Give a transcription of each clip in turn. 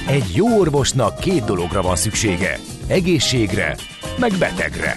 Egy jó orvosnak két dologra van szüksége. Egészségre, meg betegre.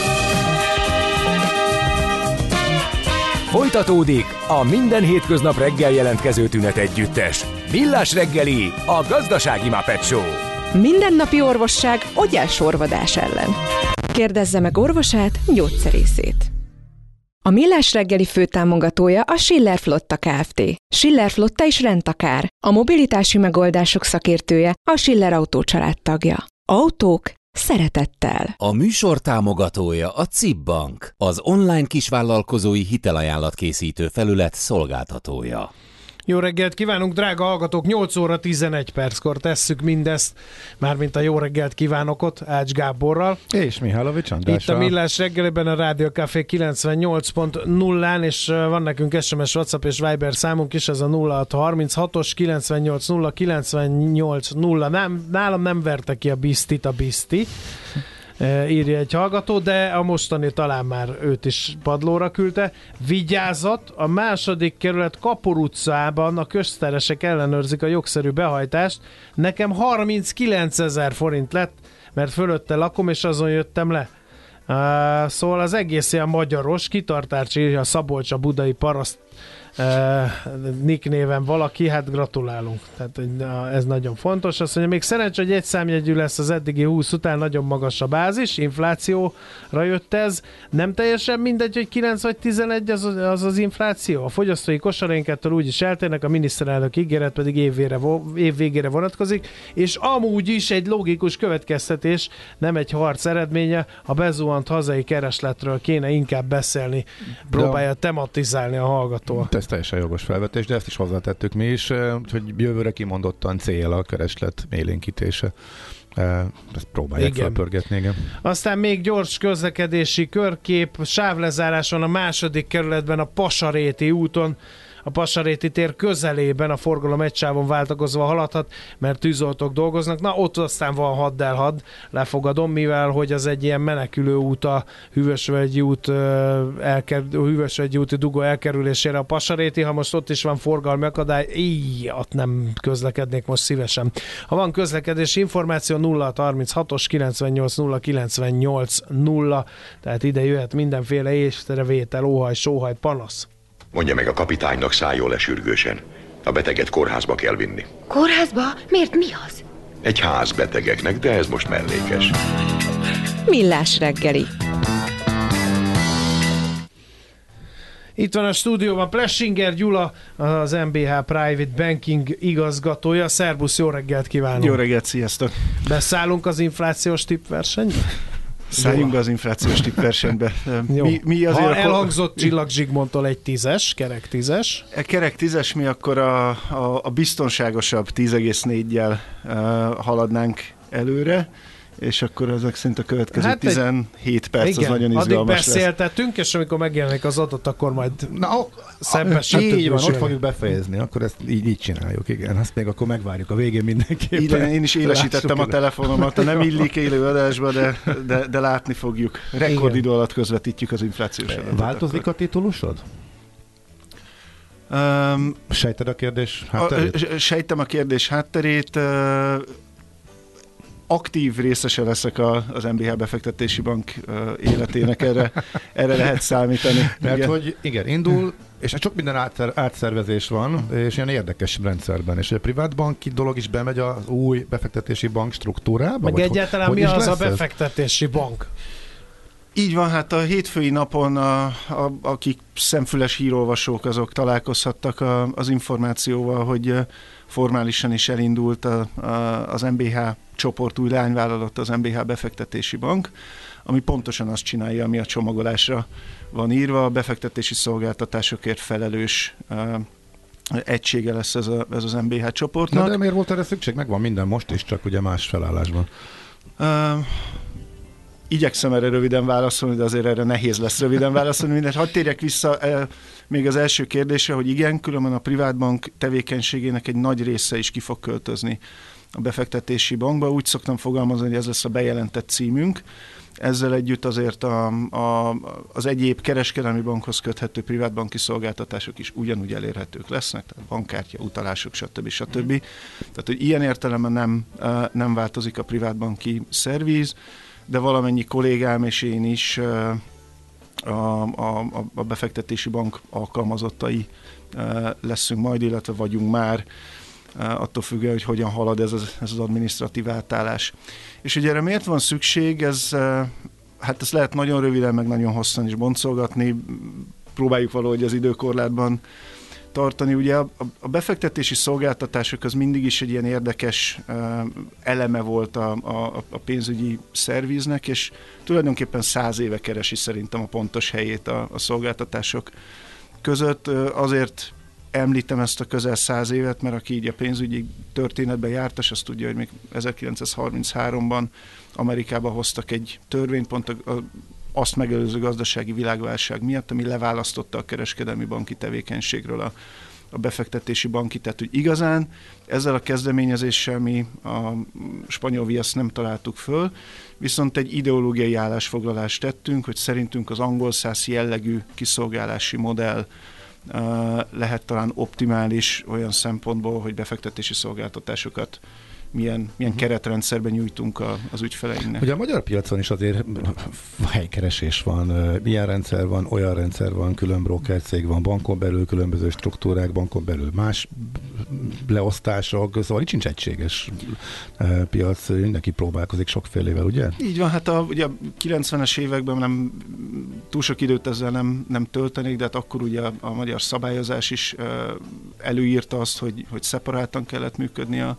Folytatódik a minden hétköznap reggel jelentkező tünet együttes. Millás reggeli, a gazdasági Muppet Show. Mindennapi orvosság ogyásorvadás ellen. Kérdezze meg orvosát, gyógyszerészét. A Millás reggeli főtámogatója a Schiller Flotta Kft. Schiller Flotta is rendtakár. A mobilitási megoldások szakértője, a Schiller Autó család tagja. Autók szeretettel. A műsor támogatója a CIP Bank, az online kisvállalkozói hitelajánlatkészítő felület szolgáltatója. Jó reggelt kívánunk, drága hallgatók! 8 óra 11 perckor tesszük mindezt, mármint a jó reggelt kívánokot Ács Gáborral. És Mihálovics Andrással. Itt a Millás reggeliben a Rádió Café 98.0-án, és van nekünk SMS, WhatsApp és Viber számunk is, ez a 0636-os 98.0. Nálam nem verte ki a biztit a bizti, írja egy hallgató, de a mostani talán már őt is padlóra küldte. Vigyázat, a második kerület Kapor utcában a közteresek ellenőrzik a jogszerű behajtást. Nekem 39 000 forint lett, mert fölötte lakom, és azon jöttem le. Szóval az egész ilyen magyaros, kitartás, írja a Szabolcs, a budai paraszt Nick néven valaki, hát gratulálunk. Tehát ez nagyon fontos. Azt mondja, még szerencsé, hogy egy számjegyű lesz az eddigi 20 után, nagyon magas a bázis, inflációra jött ez. Nem teljesen mindegy, hogy 9 vagy 11 az infláció. A fogyasztói kosarénkettől úgyis eltérnek, a miniszterelnök ígéret pedig év végére vonatkozik, és amúgy is egy logikus következtetés, nem egy harc eredménye, a bezuhant hazai keresletről kéne inkább beszélni, próbálja tematizálni a hallgató. Ez teljesen jogos felvetés, de ezt is hozzátettük mi is, hogy jövőre kimondottan cél a kereslet élénkítése. Ezt próbálják felpörgetni, igen. Aztán még gyors közlekedési körkép, sávlezáráson a második kerületben a Pasaréti úton, a Pasaréti tér közelében a forgalom egy sávon váltakozva haladhat, mert tűzoltók dolgoznak. Na, ott aztán van haddelhad, lefogadom, mivel hogy az egy ilyen menekülő út a Hűvösvölgyi úti dugó elkerülésére a Pasaréti. Ha most ott is van forgalmi akadály, ott nem közlekednék most szívesen. Ha van közlekedési információ, 0636-os 980980, tehát ide jöhet mindenféle észrevétel, óhaj, sóhaj, panasz. Mondja meg a kapitánynak, szálljon le sürgősen. A beteget kórházba kell vinni. Kórházba? Miért, mi az? Egy ház betegeknek, de ez most mellékes. Millás reggeli. Itt van a stúdióban Plessinger Gyula, az MBH Private Banking igazgatója. Szerbusz, jó reggelt kívánok! Jó reggelt, sziasztok! Beszállunk az inflációs tippversenybe? Szálljunk be az inflációs tippversenybe. Mi azért ha elhangzott Csillag Zsigmondtól egy 10-es, kerek 10-es. Kerek 10-es, mi akkor a biztonságosabb 10,4-jel haladnánk előre, és akkor ezek szerint a következő 17 perc igen, az nagyon izgalmas addig beszéltetünk, és amikor megjelenik az adat, akkor majd szempesítünk. Így van, ott fogjuk befejezni, akkor ezt így csináljuk, igen. Azt még akkor megvárjuk a végén mindenképpen. Én is élesítettem a telefonomat, nem illik élő adásba, de látni fogjuk. Rekordidő alatt közvetítjük az inflációs adatot. Változik a titulusod? Sejted a kérdés hátterét? Sejtem a kérdés hátterét. Aktív részese leszek az MBH Befektetési Bank életének, erre lehet számítani. Mert hogy igen, indul, és sok minden átszervezés van, és ilyen érdekes rendszerben, és a privátbanki dolog is bemegy az új befektetési bank struktúrába? Meg egyáltalán mi az a befektetési bank? Így van, hát a hétfői napon akik szemfüles hírolvasók, azok találkozhattak az információval, hogy formálisan is elindult az MBH csoport új lányvállalat, az MBH Befektetési Bank, ami pontosan azt csinálja, ami a csomagolásra van írva, a befektetési szolgáltatásokért felelős egysége lesz ez az MBH csoportnak. Na de miért volt erre szükség? Megvan minden most is, csak ugye más felállásban. Igyekszem erre röviden válaszolni, de azért erre nehéz lesz röviden válaszolni. Mindent hadd térjek vissza még az első kérdésre, hogy igen, különben a privátbank tevékenységének egy nagy része is ki fog költözni a befektetési bankba. Úgy szoktam fogalmazni, hogy ez lesz a bejelentett címünk. Ezzel együtt azért az egyéb kereskedelmi bankhoz köthető privátbanki szolgáltatások is ugyanúgy elérhetők lesznek, tehát bankkártya, utalások, stb. Tehát, hogy ilyen értelemben nem változik a privátbanki szervíz, de valamennyi kollégám és én is a befektetési bank alkalmazottai leszünk majd, illetve vagyunk már, attól függően, hogy hogyan halad ez az adminisztratív átállás. És ugye erre miért van szükség, hát ezt lehet nagyon röviden, meg nagyon hosszan is boncolgatni, próbáljuk valahogy az időkorlátban tartani. Ugye a befektetési szolgáltatások az mindig is egy ilyen érdekes eleme volt a pénzügyi szerviznek, és tulajdonképpen 100 éve keresi szerintem a pontos helyét a szolgáltatások között. Azért említem ezt a közel 100 évet, mert aki így a pénzügyi történetben jártas, azt tudja, hogy még 1933-ban Amerikában hoztak egy törvényt pont azt megelőző gazdasági világválság miatt, ami leválasztotta a kereskedelmi banki tevékenységről a befektetési banki. Tehát, hogy igazán ezzel a kezdeményezéssel mi a spanyol viaszt nem találtuk föl, viszont egy ideológiai állásfoglalást tettünk, hogy szerintünk az angol-szász jellegű kiszolgálási modell lehet talán optimális olyan szempontból, hogy befektetési szolgáltatásokat milyen keretrendszerben nyújtunk az ügyfeleinknek. Ugye a magyar piacon is azért helykeresés van, ilyen rendszer van, olyan rendszer van, külön broker cég van, bankon belül különböző struktúrák, bankon belül más leosztások, szóval nincs egységes piac, mindenki próbálkozik sokfélével, ugye? Így van, hát ugye a 90-es években nem túl sok időt ezzel nem töltenék, de hát akkor ugye a magyar szabályozás is előírta azt, hogy szeparáltan kellett működni a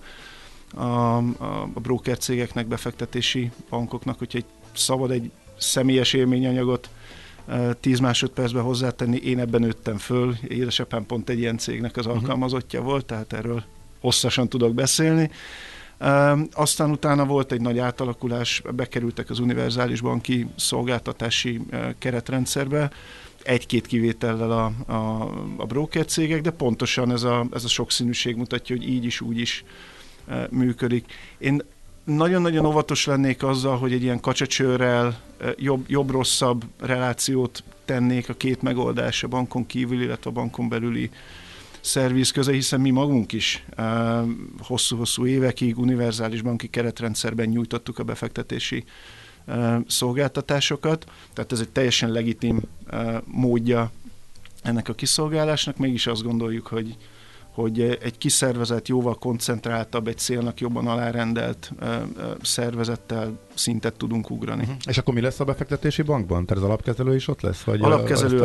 broker cégeknek, befektetési bankoknak, hogyha szabad egy személyes élményanyagot 10 másodpercben hozzátenni, én ebben nőttem föl, édesapám pont egy ilyen cégnek az alkalmazottja volt, tehát erről hosszasan tudok beszélni. Aztán utána volt egy nagy átalakulás, bekerültek az univerzális banki szolgáltatási keretrendszerbe, egy-két kivétellel a broker cégek, de pontosan ez a sokszínűség mutatja, hogy így is, úgy is működik. Én nagyon-nagyon óvatos lennék azzal, hogy egy ilyen kacsacsőrrel jobb-rosszabb relációt tennék a két megoldás, a bankon kívül, illetve a bankon belüli szerviz közé, hiszen mi magunk is hosszú-hosszú évekig univerzális banki keretrendszerben nyújtottuk a befektetési szolgáltatásokat, tehát ez egy teljesen legitim módja ennek a kiszolgálásnak, mégis azt gondoljuk, hogy egy kiszervezett, jóval koncentráltabb, egy célnak jobban alárendelt szervezettel szintet tudunk ugrani. És akkor mi lesz a befektetési bankban? Tehát az alapkezelő is ott lesz? Vagy alapkezelő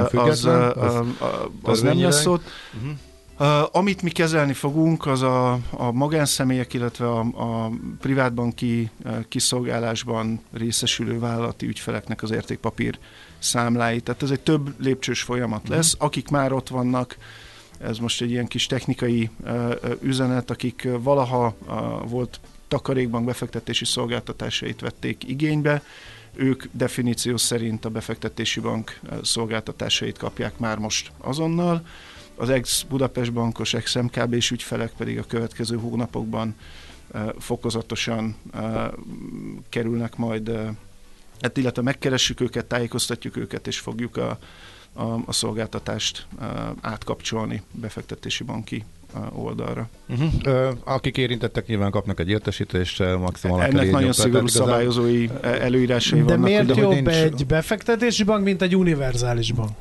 az nem lesz ott. Amit mi kezelni fogunk, az a magánszemélyek, illetve a privátbanki kiszolgálásban részesülő vállalati ügyfeleknek az értékpapír számlái. Tehát ez egy több lépcsős folyamat lesz. Akik már ott vannak, ez most egy ilyen kis technikai üzenet, akik valaha volt takarékbank befektetési szolgáltatásait vették igénybe, ők definíció szerint a befektetési bank szolgáltatásait kapják már most azonnal. Az ex-Budapest bankos, ex-MKB-s ügyfelek pedig a következő hónapokban fokozatosan kerülnek majd, illetve megkeressük őket, tájékoztatjuk őket, és fogjuk a szolgáltatást átkapcsolni befektetési banki oldalra. Akik érintettek nyilván kapnak egy értesítést, maximum. Ennek nagyon szigorú szabályozói előírásai vannak. De miért jobb egy befektetési bank, mint egy univerzális bank?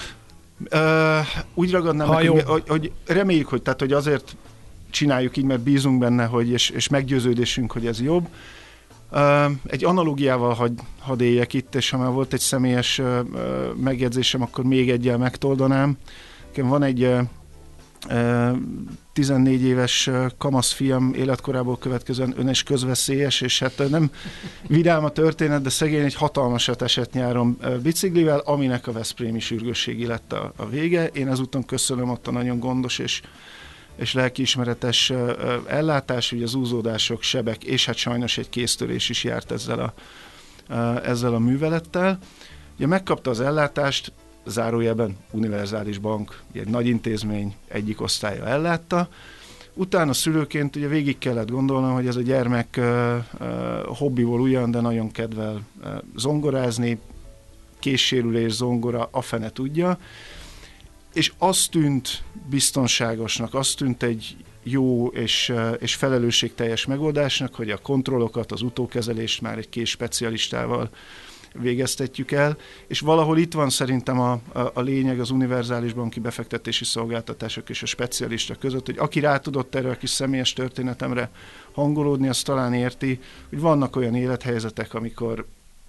Úgy ragadnám meg, hogy reméljük, hogy azért csináljuk így, mert bízunk benne, és meggyőződésünk, hogy ez jobb. Egy analógiával hadd éljek itt, és ha már volt egy személyes megjegyzésem, akkor még egyel megtoldanám. Van egy 14 éves kamaszfiam életkorából következően önes közveszélyes, és hát nem vidám a történet, de szegény egy hatalmasat esett nyáron biciklivel, aminek a veszprémi sürgősségi lett a vége. Én ezúton köszönöm ott a nagyon gondos és lelkiismeretes ellátás, ugye az úzódások, sebek, és hát sajnos egy kéztörés is járt ezzel ezzel a művelettel. Ugye megkapta az ellátást, zárójelben univerzális bank, egy nagy intézmény egyik osztálya ellátta. Utána szülőként ugye végig kellett gondolnom, hogy ez a gyermek hobbiból ugyan, de nagyon kedvel zongorázni, kézsérülés, zongora, a fene tudja. És az tűnt biztonságosnak, az tűnt egy jó és felelősségteljes megoldásnak, hogy a kontrollokat, az utókezelést már egy kézspecialistával végeztetjük el, és valahol itt van szerintem a lényeg az univerzális banki befektetési szolgáltatások és a specialista között, hogy aki rá tudott erre a kis személyes történetemre hangolódni, az talán érti, hogy vannak olyan élethelyzetek, amikor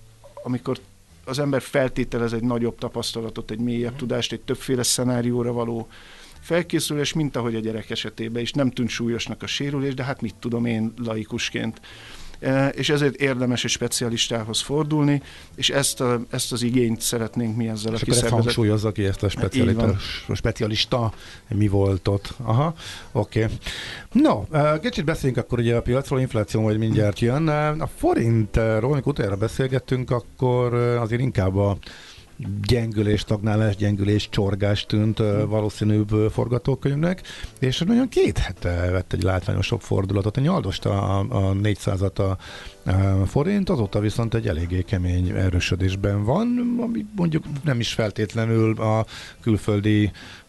az ember feltételez egy nagyobb tapasztalatot, egy mélyebb tudást, egy többféle szenárióra való felkészülés, mint ahogy a gyerek esetében is nem tűnt súlyosnak a sérülés, de hát mit tudom én laikusként. És ezért érdemes egy specialistához fordulni, és ezt az igényt szeretnénk mi ezzel a kiszervezet. És akkor ezt hangsúlyozza ki, ezt a specialista mi volt ott. Aha, oké. No, kicsit beszéljünk akkor ugye a piacról, infláció majd mindjárt jön. A forintról, amikor utoljára beszélgettünk, akkor azért inkább a gyengülés, stagnálás, gyengülés, csorgás tűnt valószínűbb forgatókönyvnek, és nagyon 2 hete vett egy látványosabb fordulatot. Nyaldosta a 400-at a forint, azóta viszont egy eléggé kemény erősödésben van, ami mondjuk nem is feltétlenül a külföldi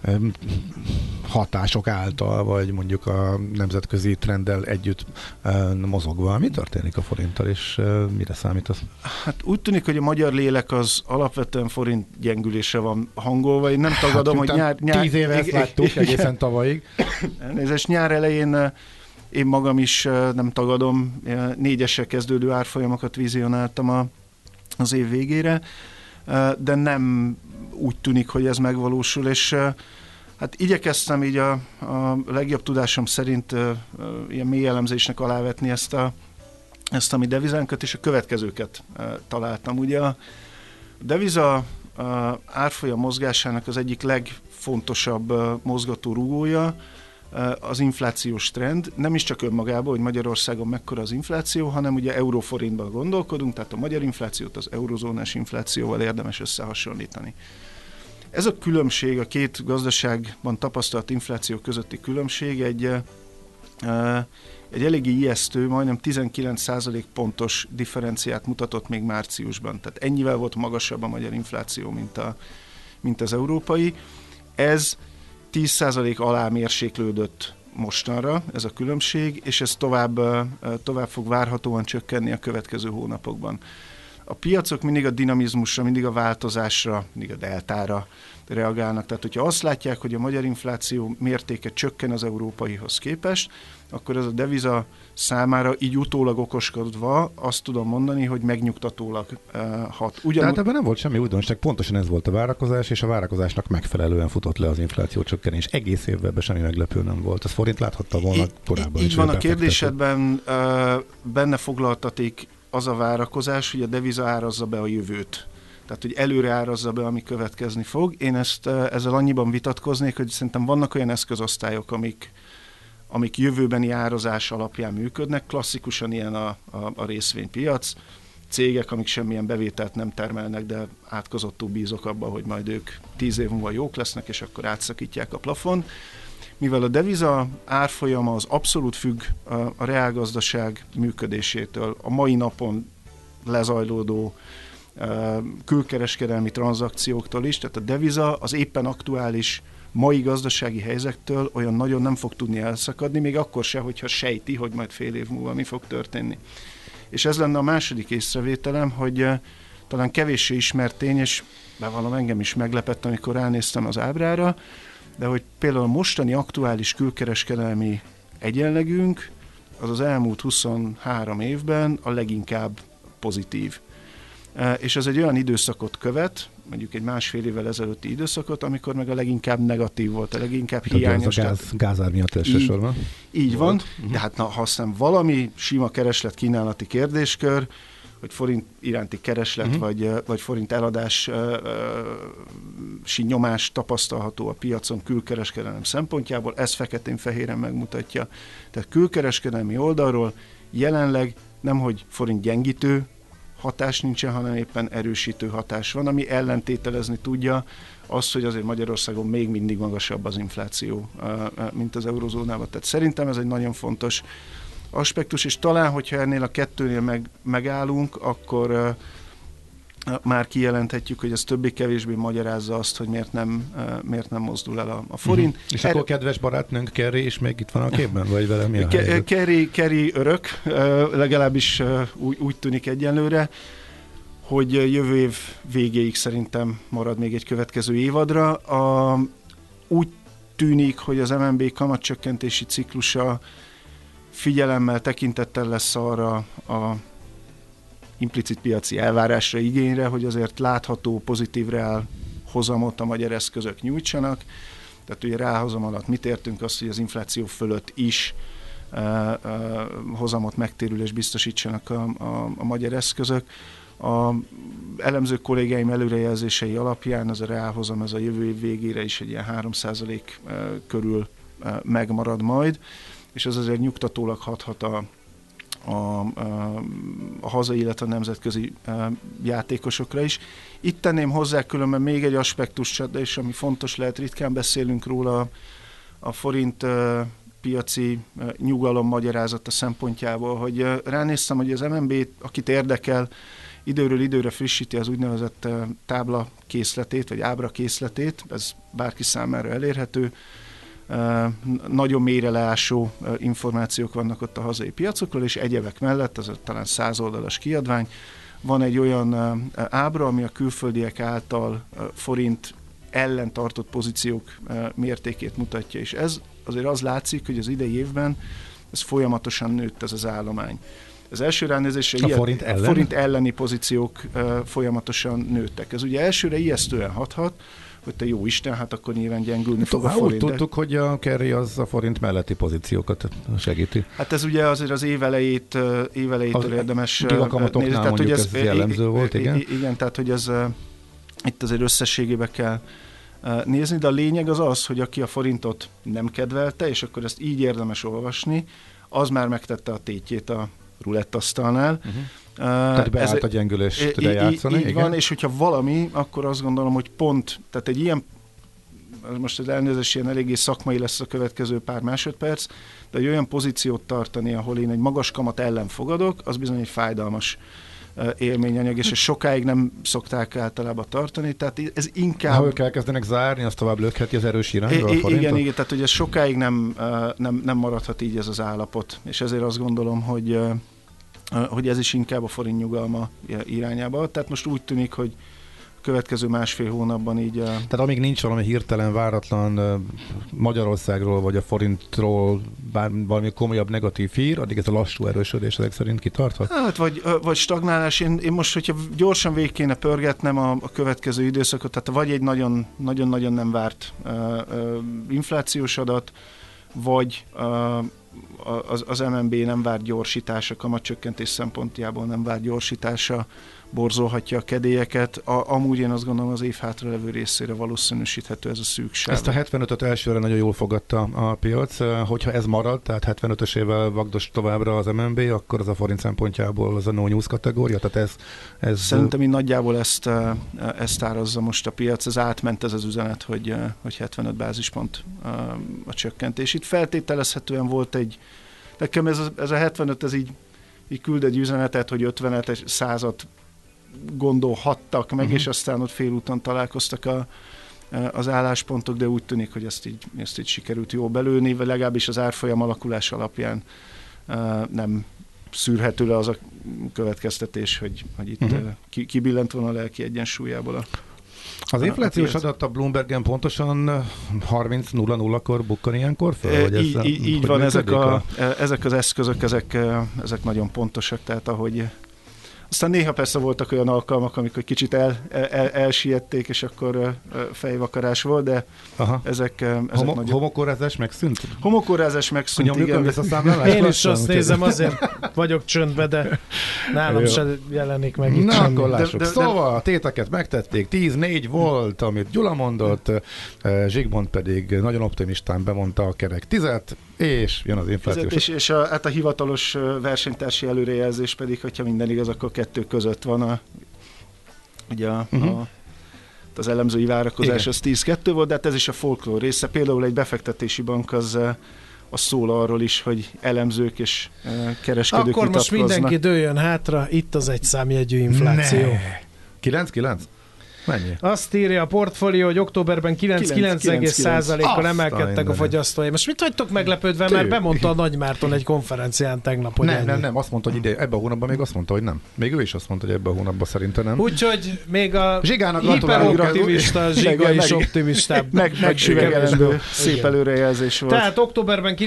hatások által, vagy mondjuk a nemzetközi trenddel együtt mozogva. Mi történik a forinttal, és mire számít az? Hát úgy tűnik, hogy a magyar lélek az alapvetően forint gyengülésre van hangolva. Én nem tagadom, hogy nyár 10 éve ezt láttuk egészen tavalyig. Elnézést, nyár elején én magam is nem tagadom, 4-esre kezdődő árfolyamokat vizionáltam az év végére, de nem úgy tűnik, hogy ez megvalósul, és hát igyekeztem így a legjobb tudásom szerint ilyen mély elemzésnek alávetni ezt a mi devizánkat, és a következőket találtam. Ugye a deviza árfolyam mozgásának az egyik legfontosabb mozgató rugója az inflációs trend, nem is csak önmagában, hogy Magyarországon mekkora az infláció, hanem ugye euróforintban gondolkodunk, tehát a magyar inflációt az eurozónás inflációval érdemes összehasonlítani. Ez a különbség, a két gazdaságban tapasztalt infláció közötti különbség egy eléggé ijesztő, majdnem 19% pontos differenciát mutatott még márciusban. Tehát ennyivel volt magasabb a magyar infláció, mint az európai. Ez 10% alá mérséklődött mostanra, ez a különbség, és ez tovább fog várhatóan csökkenni a következő hónapokban. A piacok mindig a dinamizmusra, mindig a változásra, mindig a deltára reagálnak. Tehát, hogyha azt látják, hogy a magyar infláció mértéke csökken az európaihoz képest, akkor ez a deviza számára így utólag okoskodva azt tudom mondani, hogy megnyugtatólag hat. Tehát ebben nem volt semmi újdonság, pontosan ez volt a várakozás, és a várakozásnak megfelelően futott le az infláció csökkenés. Egész évben semmi meglepő nem volt. Ez forint láthatta volna korábban is. Így van, a kérdésedben benne foglaltatik az a várakozás, hogy a deviza árazza be a jövőt. Tehát, hogy előre árazza be, ami következni fog. Én ezzel annyiban vitatkoznék, hogy szerintem vannak olyan eszközosztályok, amik jövőbeni árazás alapján működnek. Klasszikusan ilyen a részvénypiac. Cégek, amik semmilyen bevételt nem termelnek, de átkozottul bízok abban, hogy majd ők 10 év múlva jók lesznek, és akkor átszakítják a plafon. Mivel a deviza árfolyama az abszolút függ a reálgazdaság működésétől, a mai napon lezajlódó külkereskedelmi tranzakcióktól is, tehát a deviza az éppen aktuális mai gazdasági helyzettől olyan nagyon nem fog tudni elszakadni, még akkor se, hogyha sejti, hogy majd fél év múlva mi fog történni. És ez lenne a második észrevételem, hogy talán kevéssé ismert tény, és bevallom, engem is meglepett, amikor elnéztem az ábrára, de hogy például a mostani aktuális külkereskedelmi egyenlegünk az elmúlt 23 évben a leginkább pozitív. És ez egy olyan időszakot követ, mondjuk egy másfél évvel ezelőtti időszakot, amikor meg a leginkább negatív volt, a leginkább hiányos. A gázár miatt elsősorban. Így van, de hát ha aztán valami sima kereslet-kínálati kérdéskör, hogy forint iránti kereslet, vagy forint eladási nyomás tapasztalható a piacon külkereskedelem szempontjából, ez feketén-fehéren megmutatja. Tehát külkereskedelmi oldalról jelenleg nemhogy forint gyengítő hatás nincsen, hanem éppen erősítő hatás van, ami ellentételezni tudja azt, hogy azért Magyarországon még mindig magasabb az infláció, mint az eurozónában. Tehát szerintem ez egy nagyon fontos aspektus, és talán, hogyha ennél a kettőnél megállunk, akkor már kijelenthetjük, hogy ez többé-kevésbé magyarázza azt, hogy miért nem mozdul el a forint. És akkor kedves barátnőnk Kerry is még itt van a képben, vagy vele mi a helyzet? Kerry örök, legalábbis úgy tűnik egyenlőre, hogy jövő év végéig szerintem marad még egy következő évadra. Úgy tűnik, hogy az MNB kamatcsökkentési ciklusa figyelemmel, tekintettel lesz arra a implicit piaci elvárásra, igényre, hogy azért látható pozitív reál hozamot a magyar eszközök nyújtsanak. Tehát ugye reálhozam alatt mit értünk azt, hogy az infláció fölött is hozamot, megtérülést biztosítsanak a magyar eszközök. A elemző kollégáim előrejelzései alapján ez a reálhozam ez a jövő év végére is egy ilyen 3% körül megmarad majd, és ez azért nyugtatólag hathat a hazai, illetve a nemzetközi játékosokra is. Itt tenném hozzá különben még egy aspektus, de is ami fontos lehet, ritkán beszélünk róla, a forint piaci nyugalom magyarázata szempontjából, hogy ránéztem, hogy az MNB, akit érdekel, időről időre frissíti az úgynevezett tábla készletét, vagy ábra készletét, ez bárki számára elérhető. Nagyon mélyre leásó információk vannak ott a hazai piacokról, és egyebek mellett, ez talán 100 oldalas kiadvány, van egy olyan ábra, ami a külföldiek által forint ellen tartott pozíciók mértékét mutatja, és ez azért az látszik, hogy az idei évben ez folyamatosan nőtt ez az állomány. Az első ránézésre a forint elleni pozíciók folyamatosan nőttek. Ez ugye elsőre ijesztően hathat, hogy te jó Isten, hát akkor nyilván gyengülni fog a forint. Úgy tudtuk, hogy a Kerry az a forint melletti pozíciókat segíti. Hát ez ugye azért az évelejétől érdemes nézni. Tehát, hogy ez jellemző volt, igen? Igen, tehát hogy ez itt azért összességébe kell nézni, de a lényeg az, hogy aki a forintot nem kedvelte, és akkor ezt így érdemes olvasni, az már megtette a tétjét a rulettasztalnál. Tehát beállt a gyengülést lejátszani. Így van, és hogyha valami, akkor azt gondolom, hogy pont, tehát egy ilyen, most az elnézés ilyen eléggé szakmai lesz a következő pár másodperc, de egy olyan pozíciót tartani, ahol én egy magas kamat ellen fogadok, az bizony egy fájdalmas élményanyag, és sokáig nem szokták általában tartani, tehát ez inkább... Ha ők elkezdenek zárni, az tovább lökheti az erős irányba a forintot? Igen, tehát ugye sokáig nem maradhat így ez az állapot, és ezért azt gondolom, hogy ez is inkább a forint nyugalma irányába. Tehát most úgy tűnik, hogy a következő másfél hónapban így... Tehát amíg nincs valami hirtelen, váratlan Magyarországról vagy a forintról valami komolyabb negatív hír, addig ez a lassú erősödés ezek szerint kitarthat? Hát vagy stagnálás. Én most, hogyha gyorsan végig kéne pörgetnem a következő időszakot, tehát vagy egy nagyon-nagyon nem várt inflációs adat, vagy az MNB nem várt gyorsítása, kamatcsökkentés szempontjából nem várt gyorsítása borzolhatja a kedélyeket. Amúgy én azt gondolom, az év hátralevő részére valószínűsíthető ez a szűk sáv. Ezt a 75-öt elsőre nagyon jól fogadta a piac. Hogyha ez marad, tehát 75-ösével vagdos továbbra az MNB, akkor az a forint szempontjából az a no news kategória? Tehát ez... Szerintem így nagyjából ezt árazza most a piac. Ez átment ez az üzenet, hogy 75 bázispont a csökkentés. Itt feltételezhetően volt nekem ez a 75, ez így küld egy üzenetet, hogy 50-et, 100-at gondolhattak meg, és aztán ott félúton találkoztak az álláspontok, de úgy tűnik, hogy ezt így sikerült jól belőni, vagy legalábbis az árfolyam alakulás alapján nem szűrhető le az a következtetés, hogy itt kibillent volna a lelki egyensúlyából az inflációs adat a Bloombergen pontosan 30.00-kor bukkan ilyenkor föl? Így van, ezek az eszközök, ezek nagyon pontosak, tehát ahogy... Aztán néha persze voltak olyan alkalmak, amikor kicsit elsiették, és akkor fejvakarás volt, de ezek nagyon... Homokórázás megszűnt? Homokórázás megszűnt, igen. Én is azt nézem, azért vagyok csöndbe, de nálam se jelenik meg itt semmi. Akkor lássuk. Szóval a téteket megtették, 10-4 volt, amit Gyula mondott, Zsigmond pedig nagyon optimistán bemondta a kerek 10-et, és jön az inflációs. És hát a hivatalos versenytársi előrejelzés pedig, hogyha minden igaz, akkor kettő között van ugye az elemzői várakozás, az 10-2 volt, de hát ez is a folklór része. Például egy befektetési bank az szól arról is, hogy elemzők és kereskedők akkor most mindenki dőljön hátra, itt az egyszámjegyű infláció. 9-9? Mennyi? Azt írja a portfólió, hogy októberben 9,9%-kal emelkedtek a fogyasztói. Most mit hagytok meglepődve, mert bemondta a Nagy Márton egy konferencián tegnap, hogy nem, azt mondta, hogy ebben a hónapban még azt mondta, hogy nem. Még ő is azt mondta, hogy ebben a hónapban szerintem nem. Úgyhogy még a hiperoptimista Zsiga is optimistább. Megsüvegelendő szép előrejelzés volt. Tehát októberben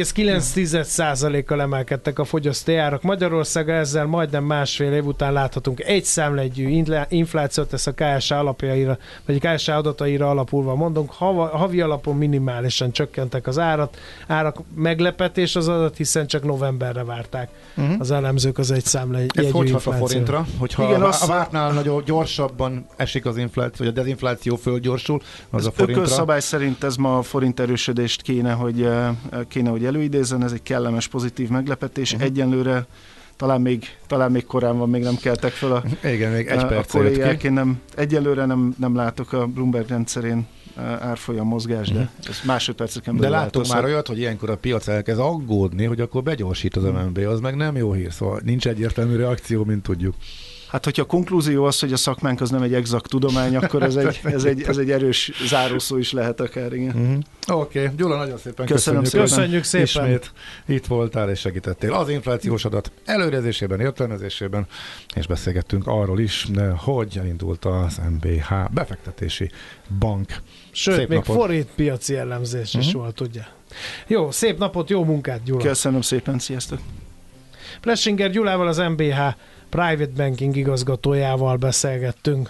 9,9%-kal emelkedtek a fogyasztói árak. Magyarországon ezzel majdnem másfél év után láthatunk egy számlegyű inflációt, ezt a KSH alapjaira, vagy KSH adataira alapulva mondunk, havi alapon minimálisan csökkentek az árak. Meglepetés az adat, hiszen csak novemberre várták az elemzők az egy számlegyű inflációt. Ez hogy hat a forintra? Hogyha igen, a vártnál nagyon gyorsabban esik az infláció, vagy a dezinfláció fölgyorsul, az a forintra. Ökölszabály szerint ez ma a forint erősödést kéne, hogy előidézzen, ez egy kellemes, pozitív meglepetés. Egyenlőre talán még korán van, még nem keltek fel igen, még egy perc kollégák. Én egyelőre nem látok a Bloomberg rendszerén árfolyam mozgás, de ez másodperceken belül. De láttuk már olyat, hogy ilyenkor a piac elkezd aggódni, hogy akkor begyorsít az MNB, az meg nem jó hír, szóval nincs egyértelmű reakció, mint tudjuk. Hát, hogyha a konklúzió az, hogy a szakmánk az nem egy exakt tudomány, akkor ez egy erős zárószó is lehet akár, igen. Oké, Gyula, nagyon szépen köszönjük szépen. Ismét itt voltál és segítettél az inflációs adat előrezésében, értelmezésében, és beszélgettünk arról is, hogy elindult az MBH befektetési bank. Sőt, szép még forint piaci elemzés is volt, ugye? Jó, szép napot, jó munkát, Gyula! Köszönöm szépen, sziasztok! Plessinger Gyulával, az MBH Private Banking igazgatójával beszélgettünk.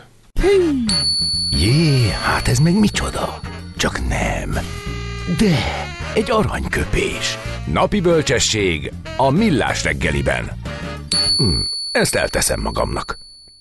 Jé, hát ez meg micsoda? Csak nem. De egy aranyköpés. Napi bölcsesség a Millás reggeliben. Ezt elteszem magamnak.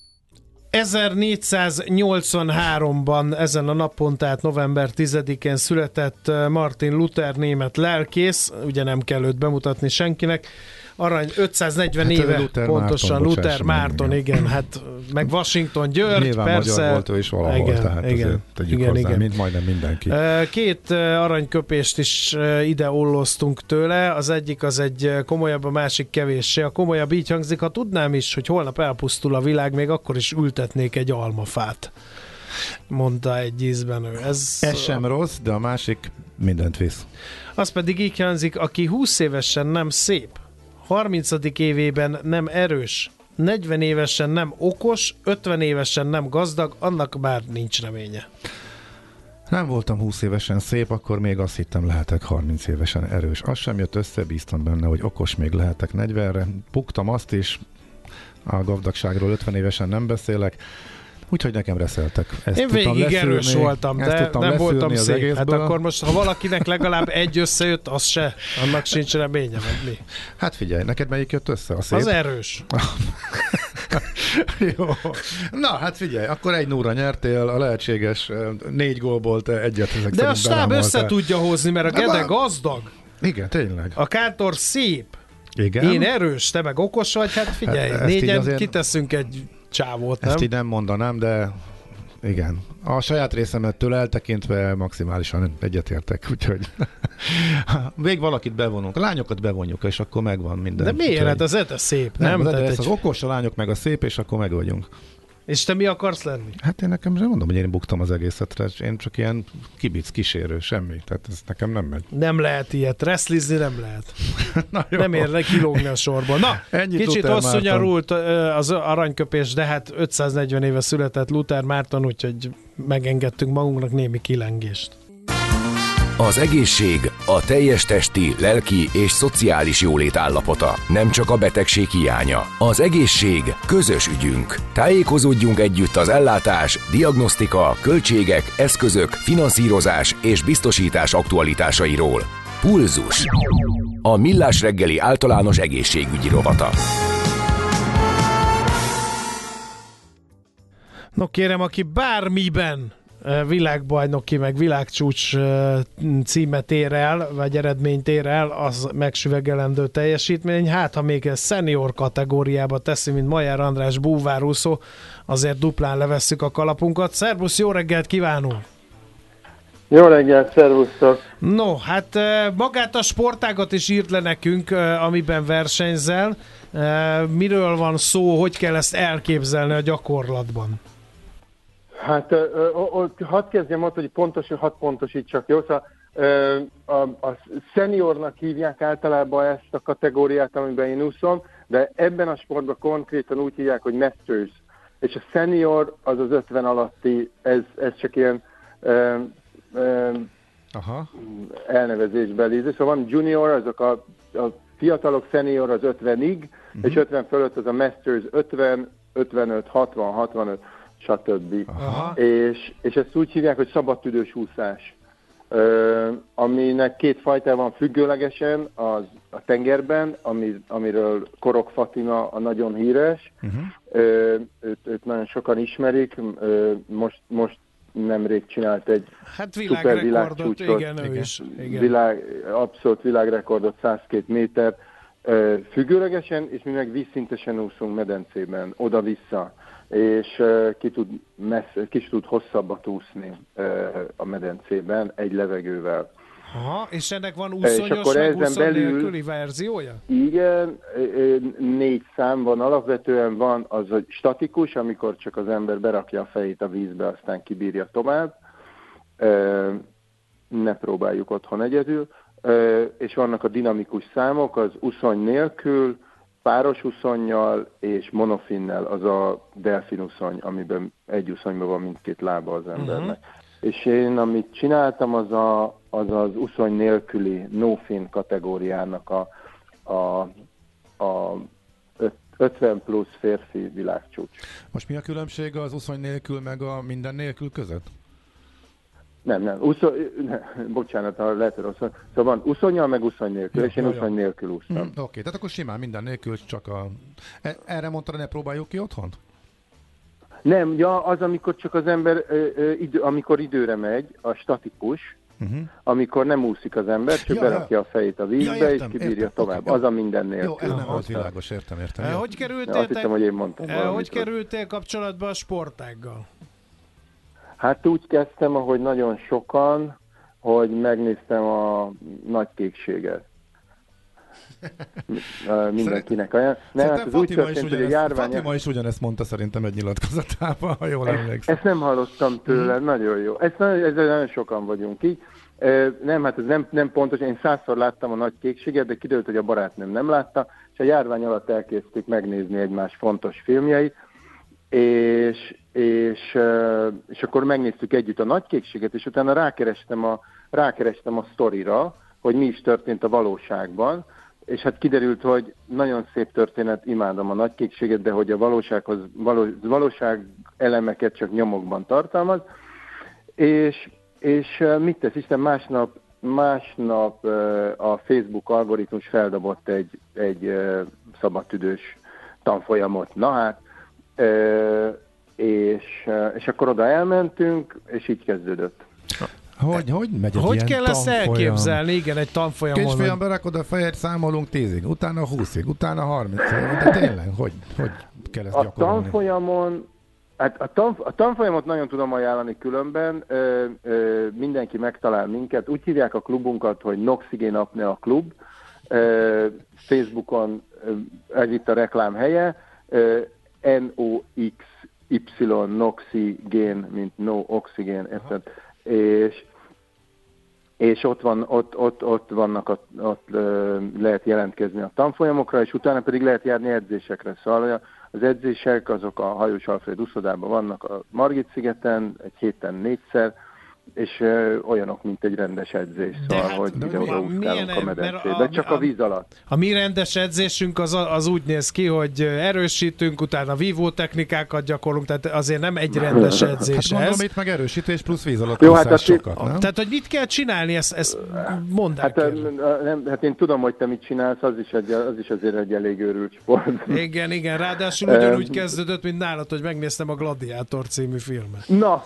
1483-ban ezen a napon, tehát november 10-én született Martin Luther, német lelkész, ugye nem kell őt bemutatni senkinek, arany 540 éve Luther pontosan Márton, Luther Márton, igen, hát meg Washington György, nyilván persze. magyar volt ő is valahol, igen, tehát igen, tegyük igen, hozzá, igen. mint majdnem mindenki. Két aranyköpést is ide olloztunk tőle, az egyik az egy komolyabb, a másik kevéssé. A komolyabb így hangzik, ha tudnám is, hogy holnap elpusztul a világ, még akkor is ültetnék egy almafát, mondta egy ízben ő. Ez sem rossz, de a másik mindent visz. Az pedig így hangzik, aki 20 évesen nem szép, 30. évében nem erős, 40 évesen nem okos, 50 évesen nem gazdag, annak már nincs reménye. Nem voltam 20 évesen szép, akkor még azt hittem lehetek 30 évesen erős. Az sem jött össze, bíztam benne, hogy okos még lehetek 40-re. Buktam azt is, a gazdagságról 50 évesen nem beszélek, úgyhogy nekem reszeltek. Én végig erős voltam, de nem voltam szép. Egészből. Hát akkor most, ha valakinek legalább egy összejött, az se, annak sincs reménye, vagy mi? Hát figyelj, neked melyik jött össze? A szép? Az erős. Jó. Na, hát figyelj, akkor 1-0-ra nyertél, a lehetséges 4 gólból te egyet ezek de a stáb össze tudja hozni, mert a Gede gazdag. Igen, tényleg. A Kántor szép. Igen. Én erős, te meg okos vagy, hát figyelj, hát négyen azért kiteszünk egy csávót, nem? Ezt így nem mondanám, de igen. A saját részemettől eltekintve maximálisan egyetértek, úgyhogy még valakit bevonunk, a lányokat bevonjuk, és akkor megvan minden. De miért? Hát az Ede szép, nem? Nem, ez az okos, a lányok meg a szép, és akkor megoldjunk. És te mi akarsz lenni? Hát én nekem sem mondom, hogy én buktam az egészetre, én csak ilyen kibic, kísérő, semmi, tehát ez nekem nem megy. Nem lehet ilyet, reszlizni nem lehet. Na, nem érne kilógni a sorból. Na, ennyit kicsit hosszú nyarult az aranyköpés, de hát 540 éve született Luther Márton, úgyhogy megengedtünk magunknak némi kilengést. Az egészség a teljes testi, lelki és szociális jólét állapota, nem csak a betegség hiánya. Az egészség közös ügyünk. Tájékozódjunk együtt az ellátás, diagnosztika, költségek, eszközök, finanszírozás és biztosítás aktualitásairól. Pulzus. A Millás reggeli általános egészségügyi rovata. No kérem, aki bármiben világbajnoki, meg világcsúcs címet ér el, vagy eredményt ér el, az megsüvegelendő teljesítmény. Hát, ha még ez senior kategóriába teszi, mint Majár András búvárúszó, azért duplán levesszük a kalapunkat. Szervusz, jó reggelt kívánunk! Jó reggelt, szervusztok! No, hát magát a sportágat is írt le nekünk, amiben versenyzel. Miről van szó, hogy kell ezt elképzelni a gyakorlatban? Hát hadd kezdjem ott, hogy hadd pontosítsak, jó? Szóval, a seniornak hívják általában ezt a kategóriát, amiben én úszom, de ebben a sportban konkrétan úgy hívják, hogy Masters. És a senior az az 50 alatti, ez csak ilyen elnevezésbeli. Szóval van junior, azok a fiatalok, senior az 50-ig, és 50 fölött az a Masters 50, 55, 60, 65, stb. És ezt úgy hívják, hogy szabadtüdős úszás, aminek két fajta van függőlegesen, az a tengerben, amiről Korok Fatima a nagyon híres, őt nagyon sokan ismerik, most nemrég csinált egy szuper világcsúcsot, igen, ő is. Igen. Abszolút világrekordot, 102 méter függőlegesen, és mi meg vízszintesen úszunk medencében, oda-vissza, és ki tud hosszabbat úszni a medencében egy levegővel. Aha, és ennek van úszonyos, meg úszony nélküli verziója? Igen, 4 szám van, alapvetően van az, hogy statikus, amikor csak az ember berakja a fejét a vízbe, aztán kibírja tovább. Ne próbáljuk otthon egyedül. És vannak a dinamikus számok, az úszony nélkül, páros úszonnyal és monofinnel, az a delfin úszony, amiben egy úszonyban van mindkét lába az embernek. És én, amit csináltam, az úszony nélküli no-fin kategóriának a 50 plusz férfi világcsúcs. Most mi a különbség az úszony nélkül meg a minden nélkül között? Nem. Bocsánat, ha lehet rossz. Szóval van úszonnyal, meg úszony nélkül, és én úszony nélkül úsztam. Oké, tehát akkor simán minden nélkül, csak erre mondtad, ne próbáljuk ki otthon? Nem, az, amikor csak az ember, amikor időre megy, a statikus, amikor nem úszik az ember, csak berakja a fejét a vízbe, és kibírja tovább. Az a minden nélkül. Jó, ez nem volt világos, értem. Hogy kerültél kapcsolatba a sportággal? Hát úgy kezdtem, ahogy nagyon sokan, hogy megnéztem a Nagy Kékséget. Mindenkinek olyan. Fatima is ugyanezt mondta szerintem egy nyilatkozatában, ha jól emlékszem. Ezt nem hallottam tőle, nagyon jó. Ezzel nagyon sokan vagyunk így. Nem, hát ez nem pontos. Én 100-szor láttam a Nagy Kékséget, de kiderült, hogy a barátnőm nem látta, és a járvány alatt elkezdtük megnézni egymás fontos filmjeit, és akkor megnéztük együtt a Nagy Kékséget, és utána rákerestem a sztorira, hogy mi is történt a valóságban, és hát kiderült, hogy nagyon szép történet, imádom a Nagy Kékséget, de hogy a valóság elemeket csak nyomokban tartalmaz, és mit tesz Isten, másnap a Facebook algoritmus feldobott egy szabadtüdős tanfolyamot. Na hát, és akkor oda elmentünk, és így kezdődött. Hogy megy egy hogy ilyen kell ezt tanfolyam? Elképzelni? Igen, egy tanfolyamon. Kisfiam, berakod a fejed, számolunk 10-ig, utána 20-ig, utána 30-ig. De tényleg, hogy kell ezt gyakorolni? A tanfolyamon, hát a tanfolyamot nagyon tudom ajánlani különben, mindenki megtalál minket. Úgy hívják a klubunkat, hogy Noxigén Apnea Klub. Facebookon ez itt a reklám helye. NOXY, Noxigén, mint no oxigén, érted? És ott lehet jelentkezni a tanfolyamokra, és utána pedig lehet járni edzésekre. Szóval az edzések azok a Hajós Alfred úszodában vannak a Margit-szigeten, egy héten 4-szer, és olyanok, mint egy rendes edzés, szóval, hogy ide-oda a medencébe, csak a víz alatt. A mi rendes edzésünk az úgy néz ki, hogy erősítünk, utána vívó technikákat gyakorlunk, tehát azért nem egy rendes edzés. Hát gondolom, itt meg erősítés plusz víz alatt sokat, nem? Tehát, hogy mit kell csinálni, ezt mondd el. Hát én tudom, hogy te mit csinálsz, az is azért egy elég őrült sport. Igen, ráadásul ugyanúgy kezdődött, mint nálad, hogy megnéztem a Gladiátor című filmet. Na,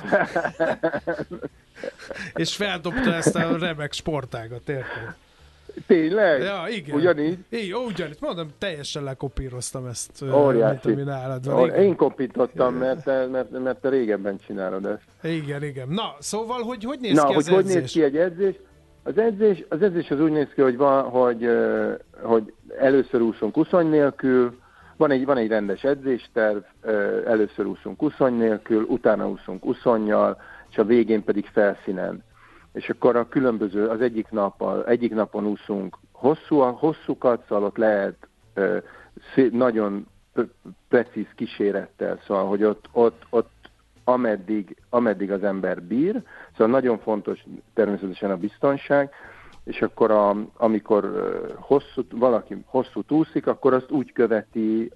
és feldobta ezt a remek sportágat, érted? Tényleg? Ja, igen. Ugyanígy? Ugyanígy. Mondom, teljesen lekopíroztam ezt, óriási. mint ami nálad van. Én kopítottam, mert te régebben csinálod ezt. Igen. Na, szóval, hogy néz ki az edzés? Hogy néz ki egy edzés? Az edzés az úgy néz ki, hogy először úszunk uszony nélkül, van egy rendes edzésterv, először úszunk uszony nélkül, utána úszunk uszonnyal, és a végén pedig felszínen. És akkor a különböző, az egyik napon úszunk hosszúkat, szóval ott lehet nagyon precíz kísérettel, szóval, hogy ott ameddig az ember bír, szóval nagyon fontos természetesen a biztonság, és akkor amikor valaki hosszút úszik, akkor azt úgy követi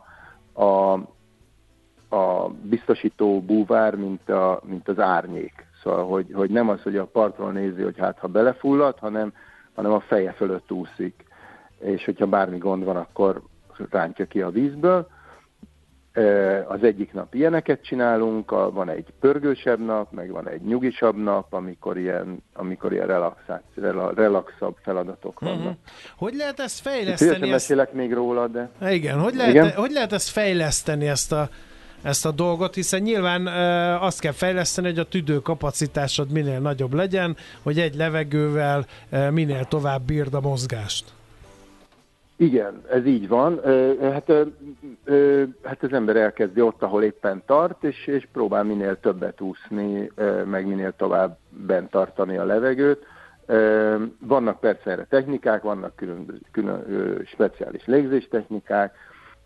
a biztosító búvár, mint az árnyék. Szóval, hogy nem az, hogy a partról nézi, hogy hát ha belefullad, hanem a feje fölött úszik. És hogyha bármi gond van, akkor rántja ki a vízből. Az egyik nap ilyeneket csinálunk, van egy pörgősebb nap, meg van egy nyugisabb nap, amikor ilyen relaxabb feladatok vannak. Hogy lehet ezt fejleszteni? Szívesen mesélek még róla, de... Igen, hogy lehet ezt fejleszteni, ezt a dolgot, hiszen nyilván azt kell fejleszteni, hogy a tüdőkapacitásod minél nagyobb legyen, hogy egy levegővel minél tovább bírd a mozgást. Igen, ez így van. Hát az ember elkezdi ott, ahol éppen tart, és próbál minél többet úszni, meg minél tovább bent tartani a levegőt. Vannak persze erre technikák, vannak külön speciális légzéstechnikák,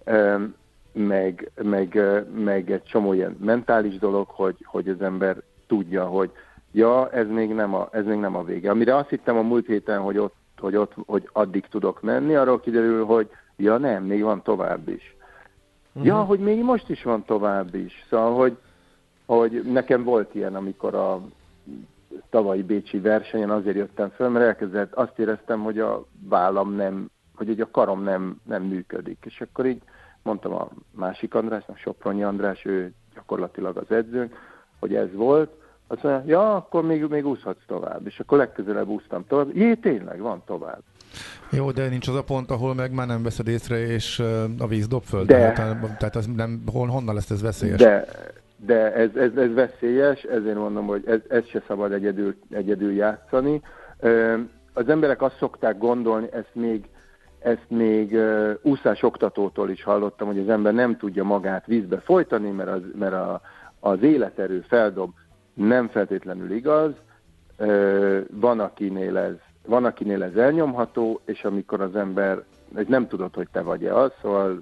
meg egy csomó ilyen mentális dolog, hogy az ember tudja, hogy ez még nem a vége. Amire azt hittem a múlt héten, hogy addig tudok menni, arról kiderül, hogy nem, még van tovább is. Hogy még most is van tovább is. Szóval, hogy nekem volt ilyen, amikor a tavalyi bécsi versenyen azért jöttem föl, mert azt éreztem, hogy a vállam hogy a karom nem működik. És akkor így mondtam a másik Andrásnak, Sopronyi András, ő gyakorlatilag az edzőnk, hogy ez volt. Azt mondja, akkor még úszhatsz tovább. És akkor legközelebb úsztam tovább. Tényleg, van tovább. Jó, de nincs az a pont, ahol meg már nem veszed észre, és a víz dob föl. Tehát az nem, honnan lesz ez veszélyes? De ez veszélyes, ezért mondom, hogy ez se szabad egyedül játszani. Az emberek azt szokták gondolni, ezt még úszás oktatótól is hallottam, hogy az ember nem tudja magát vízbe folytani, mert az életerő feldob. Nem feltétlenül igaz, van akinél ez elnyomható, és amikor az ember, nem tudod, hogy te vagy-e az, szóval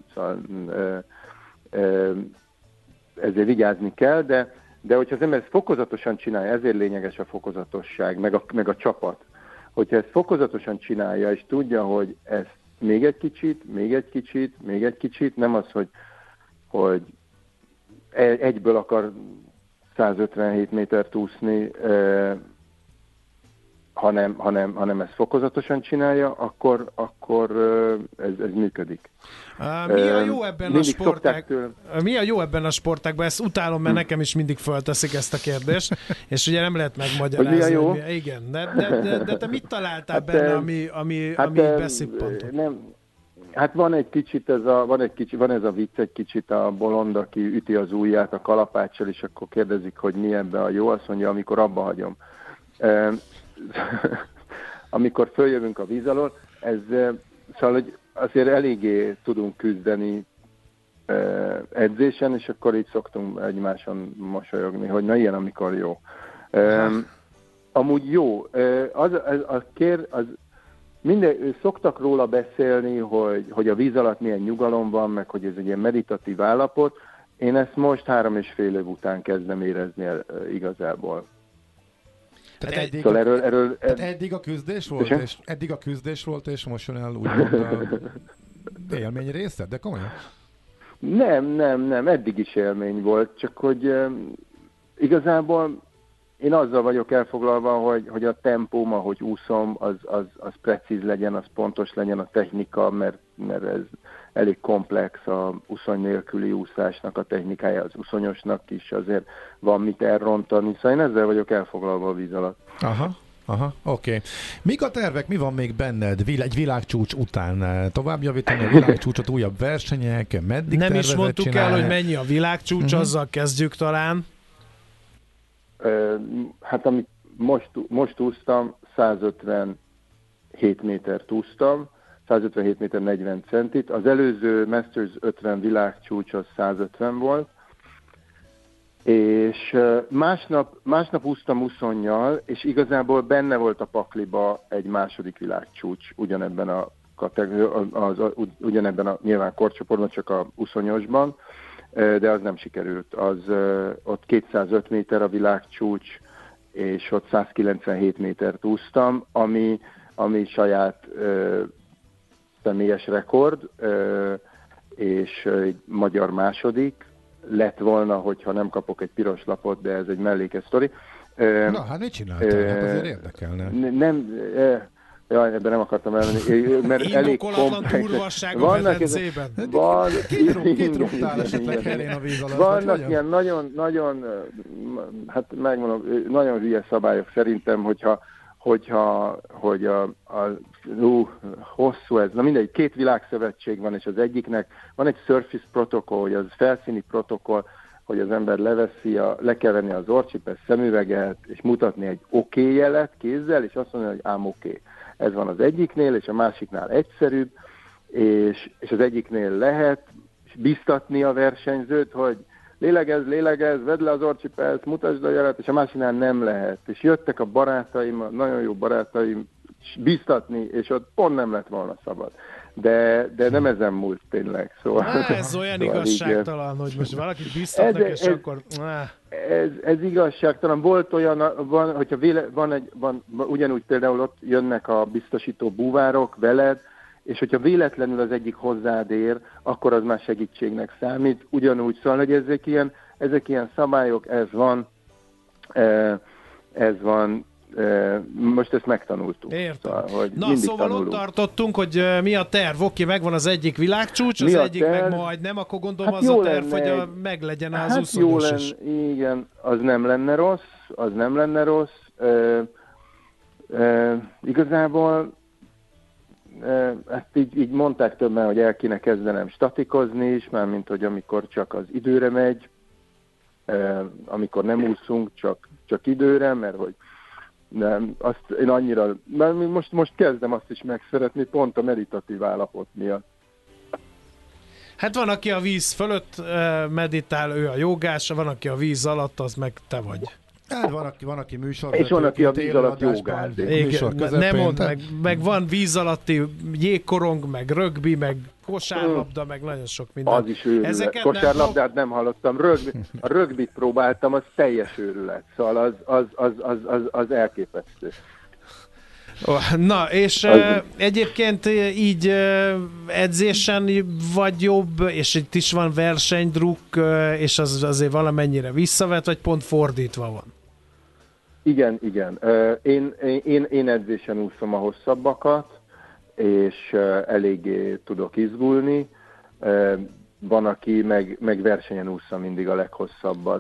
ezért vigyázni kell, de hogyha az ember ezt fokozatosan csinálja, ezért lényeges a fokozatosság, meg a csapat. Hogyha ezt fokozatosan csinálja, és tudja, hogy ezt még egy kicsit, nem az, hogy egyből akar 157 métert úszni, hanem ezt fokozatosan csinálja, akkor ez működik. Mi a jó ebben a sportágban? Mi a jó ebben a sportágban? Ezt utálom, mert nekem is mindig fölteszik ezt a kérdést, és ugye nem lehet megmagyarázni. Mi a jó? Igen, de te mit találtál benne, ami beszippantott? Hát van ez a vicc egy kicsit, a bolond, aki üti az ujját a kalapáccsal, és akkor kérdezik, hogy mi ebben a jó, azt mondja, amikor abba hagyom. Amikor följövünk a víz alól, szóval, hogy azért eléggé tudunk küzdeni edzésen, és akkor így szoktunk egymáson mosolyogni, hogy na ilyen, amikor jó. Amúgy jó. Szoktak róla beszélni, hogy a víz alatt milyen nyugalom van, meg hogy ez egy ilyen meditatív állapot. Én ezt most 3,5 év után kezdem érezni igazából. Tehát eddig a küzdés volt, és most jön el úgymond a élmény része, de komolyan? Nem, eddig is élmény volt, csak hogy igazából én azzal vagyok elfoglalva, hogy a tempóm, ahogy úszom, az precíz legyen, az pontos legyen a technika, mert ez elég komplex a úszony nélküli úszásnak a technikája, az úszonyosnak is azért van mit elrontani, szóval én ezzel vagyok elfoglalva a víz alatt. Aha, oké. Mik a tervek, mi van még benned egy világcsúcs után? Tovább javítani a világcsúcsot, újabb versenyek, meddig nem is mondtuk csinálni? el, hogy mennyi a világcsúcs, azzal kezdjük talán. Hát amit most úsztam, 157 métert úsztam, 157 méter 40 centit. Az előző Masters 50 világcsúcs az 150 volt, és másnap úsztam úszonnyal, és igazából benne volt a pakliba egy második világcsúcs ugyanebben a ugyanebben a nyilván korcsoportban, csak a úszonyosban, de az nem sikerült. Ott 205 méter a világcsúcs, és ott 197 métert úsztam, ami saját személyes rekord, és egy magyar második lett volna, hogyha nem kapok egy piros lapot, de ez egy mellékes sztori. Na, hát mit csináltál? Hát azért érdekelne. Ebben nem akartam elmenni, mert elég komplex. Vannak medencében. Kit rúgtál esetleg helyen a víz alatt? Vannak ilyen nagyon, hát megmondom, nagyon hülye szabályok szerintem, hogy hosszú ez. Na mindegy, 2 világszövetség van, és az egyiknek van egy surface protokoll, hogy az felszíni protokoll, hogy az ember le kell venni az orcsipes szemüveget, és mutatni egy oké jelet kézzel, és azt mondani, hogy ám oké. Ez van az egyiknél, és a másiknál egyszerűbb, és az egyiknél lehet biztatni a versenyzőt, hogy lélegez, vedd le az orcsipeszt, mutasd a jelet, és a másiknál nem lehet. És jöttek a barátaim, nagyon jó barátaim biztatni, és ott pont nem lett volna szabad. De nem ezen múlt tényleg. Szóval, ez olyan igazságtalan, hogy most valakit biztatnak, és akkor... Ez igazságtalan. Volt olyan, hogyha ugyanúgy például ott jönnek a biztosító búvárok veled, és hogyha véletlenül az egyik hozzád ér, akkor az már segítségnek számít. Ugyanúgy, szóval, hogy ezek ilyen szabályok, ez van, most ezt megtanultuk. Értem. Szóval, hogy szóval tanulunk. Ott tartottunk, hogy mi a terv? Oké, megvan az egyik világcsúcs, az egyik meg majd nem, akkor gondolom hát az a terv, hogy meglegyen az úszonyos is. Igen, az nem lenne rossz. Igazából ezt így mondták többen, hogy el kéne kezdenem statikozni is, mármint, hogy amikor csak az időre megy, amikor nem úszunk, csak időre, mert hogy nem, azt én annyira, most kezdem azt is megszeretni, pont a meditatív állapot miatt. Hát van, aki a víz fölött meditál, ő a jogás, van, aki a víz alatt, az meg te vagy. Hát van, aki műsorvezető. És van, aki a víz alatt jogázik. Nem mondd, meg van víz alatti jégkorong, meg rögbi, meg kosárlabda, meg nagyon sok minden. Az is őrület. Kosárlabdát nem hallottam. A rögbit próbáltam, az teljes őrület. Szóval az elképesztő. Na, és egyébként így edzésen vagy jobb, és itt is van versenydruk, és az azért valamennyire visszavet, vagy pont fordítva van? Igen. Én edzésen úszom a hosszabbakat, és eléggé tudok izgulni. Van, aki meg versenyen úszza mindig a leghosszabbat.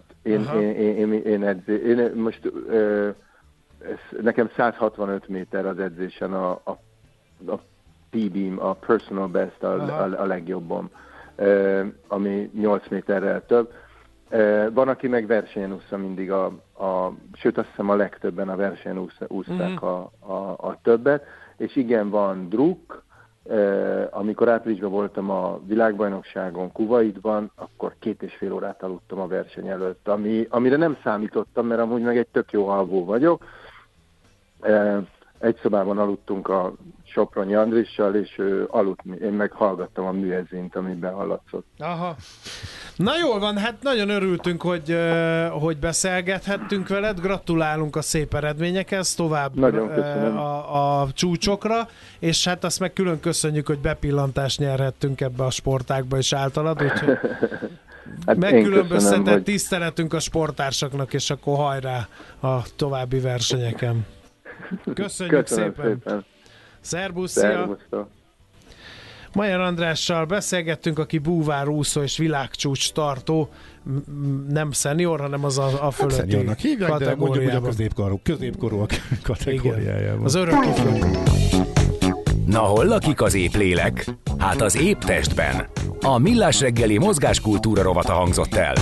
Nekem 165 méter az edzésen a P-beam, a personal best a legjobbom, ami 8 méterrel több. Van, aki meg versenyen úszza mindig sőt azt hiszem a legtöbben a versenyen úszták a többet, és igen, van druk. Amikor áprilisban voltam a világbajnokságon Kuwaitban, akkor 2,5 órát aludtam a verseny előtt, amire nem számítottam, mert amúgy meg egy tök jó alvó vagyok. Egy szobában aludtunk a Sopronyi Andrissal, és ő aludt, én meg hallgattam a műezint, amiben hallatszott. Aha. Na jól van, hát nagyon örültünk, hogy beszélgethettünk veled, gratulálunk a szép eredményekhez, tovább a csúcsokra, és hát azt meg külön köszönjük, hogy bepillantást nyerhettünk ebbe a sportágba is általad, úgyhogy hát megkülönböztetett tiszteletünk a sporttársaknak, és akkor hajrá a további versenyeken. Köszönjük szépen! Szerbusz, szia! Magyar Andrással beszélgettünk, aki búvárúszó és világcsúcs tartó, nem szenior, hanem az a fölötti szeniornak hívják, de mondjuk a középkorúak kategóriájában. Az örök ifjú. Na hol lakik az épp lélek? Hát az épp testben. A Millás reggeli mozgáskultúra rovata hangzott el.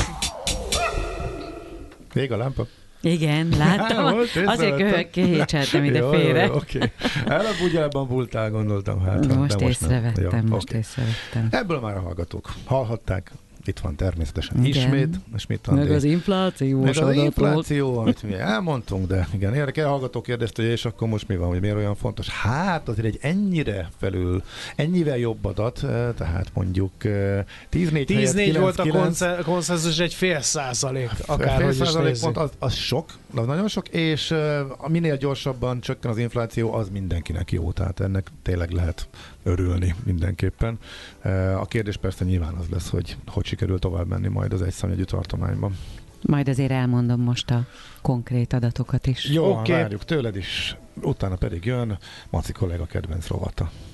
Még a lámpa? Igen, láttam. Azért kéhécseltem ide félre. Oké. Előbb ugyanabban bultál, gondoltam. Hát, most észrevettem. Ebből már a hallgatók hallhatták. Itt van természetesen ismét. Meg az inflációs adatok. Az infláció, amit mi elmondtunk, de igen, érdekel, hallgató kérdezte, és akkor most mi van, hogy miért olyan fontos? Hát azért egy ennyivel jobb adat, tehát mondjuk 10-4 volt a konszenzus, egy 0,5%, akárhogy is nézzük. Az sok, az nagyon sok, és minél gyorsabban csökken az infláció, az mindenkinek jó, tehát ennek tényleg lehet örülni mindenképpen. A kérdés persze nyilván az lesz, hogy sikerül tovább menni majd az egyszámjegyű tartományban. Majd azért elmondom most a konkrét adatokat is. Jó, várjuk tőled is. Utána pedig jön Maci kolléga kedvenc rovata.